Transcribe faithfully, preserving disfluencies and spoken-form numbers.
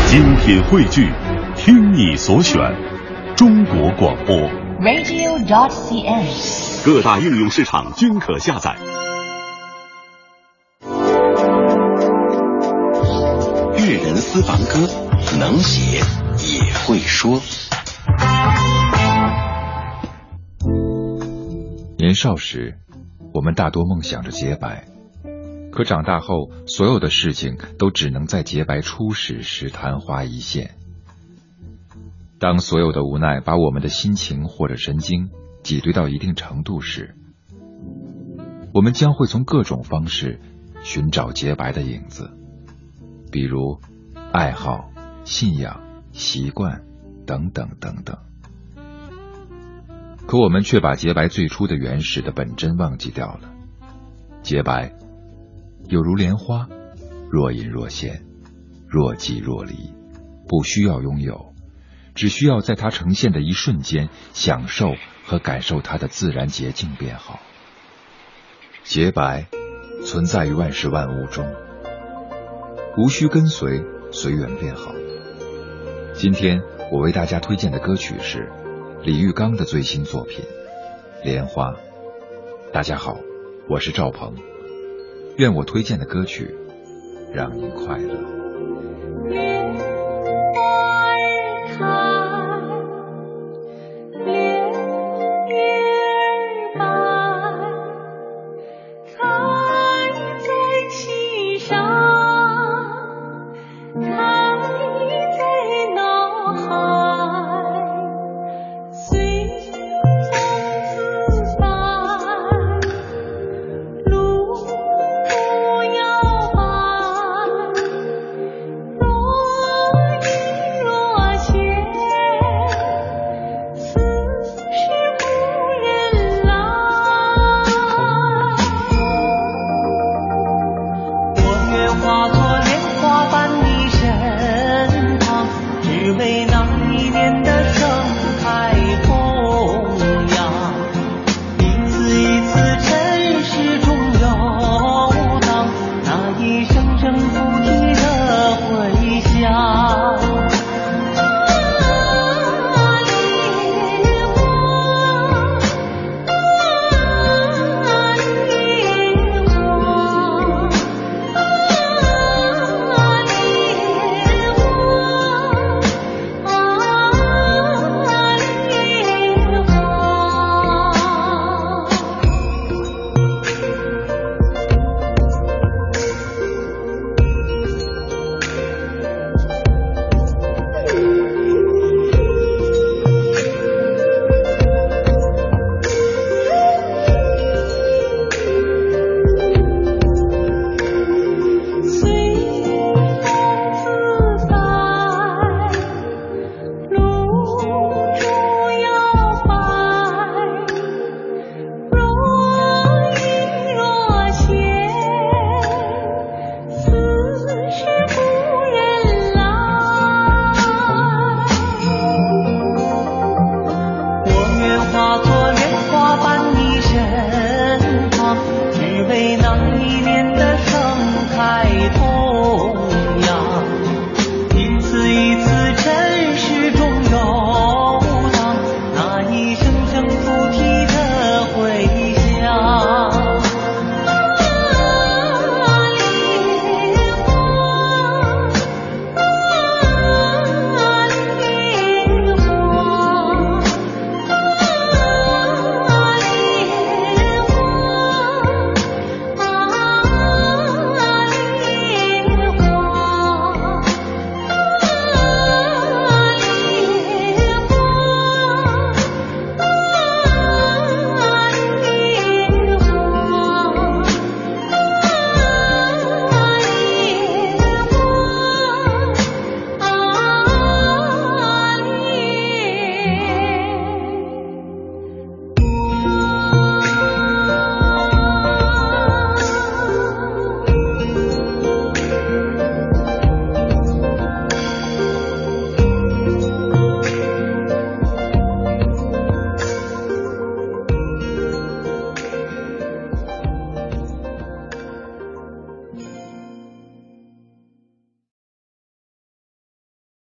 精品汇聚，听你所选，中国广播 radio dot c n， 各大应用市场均可下载。 粤人私房歌，能写也会说。 年少时，我们大多梦想着洁白，可长大后，所有的事情都只能在洁白初始时昙花一现。当所有的无奈把我们的心情或者神经挤兑到一定程度时，我们将会从各种方式寻找洁白的影子，比如爱好、信仰、习惯等等等等。可我们却把洁白最初的原始的本真忘记掉了。洁白有如莲花，若隐若现，若即若离，不需要拥有，只需要在它呈现的一瞬间享受和感受它的自然洁净便好。洁白存在于万事万物中，无需跟随，随缘便好。今天我为大家推荐的歌曲是李玉刚的最新作品《莲花》。大家好，我是赵鹏，愿我推荐的歌曲让您快乐。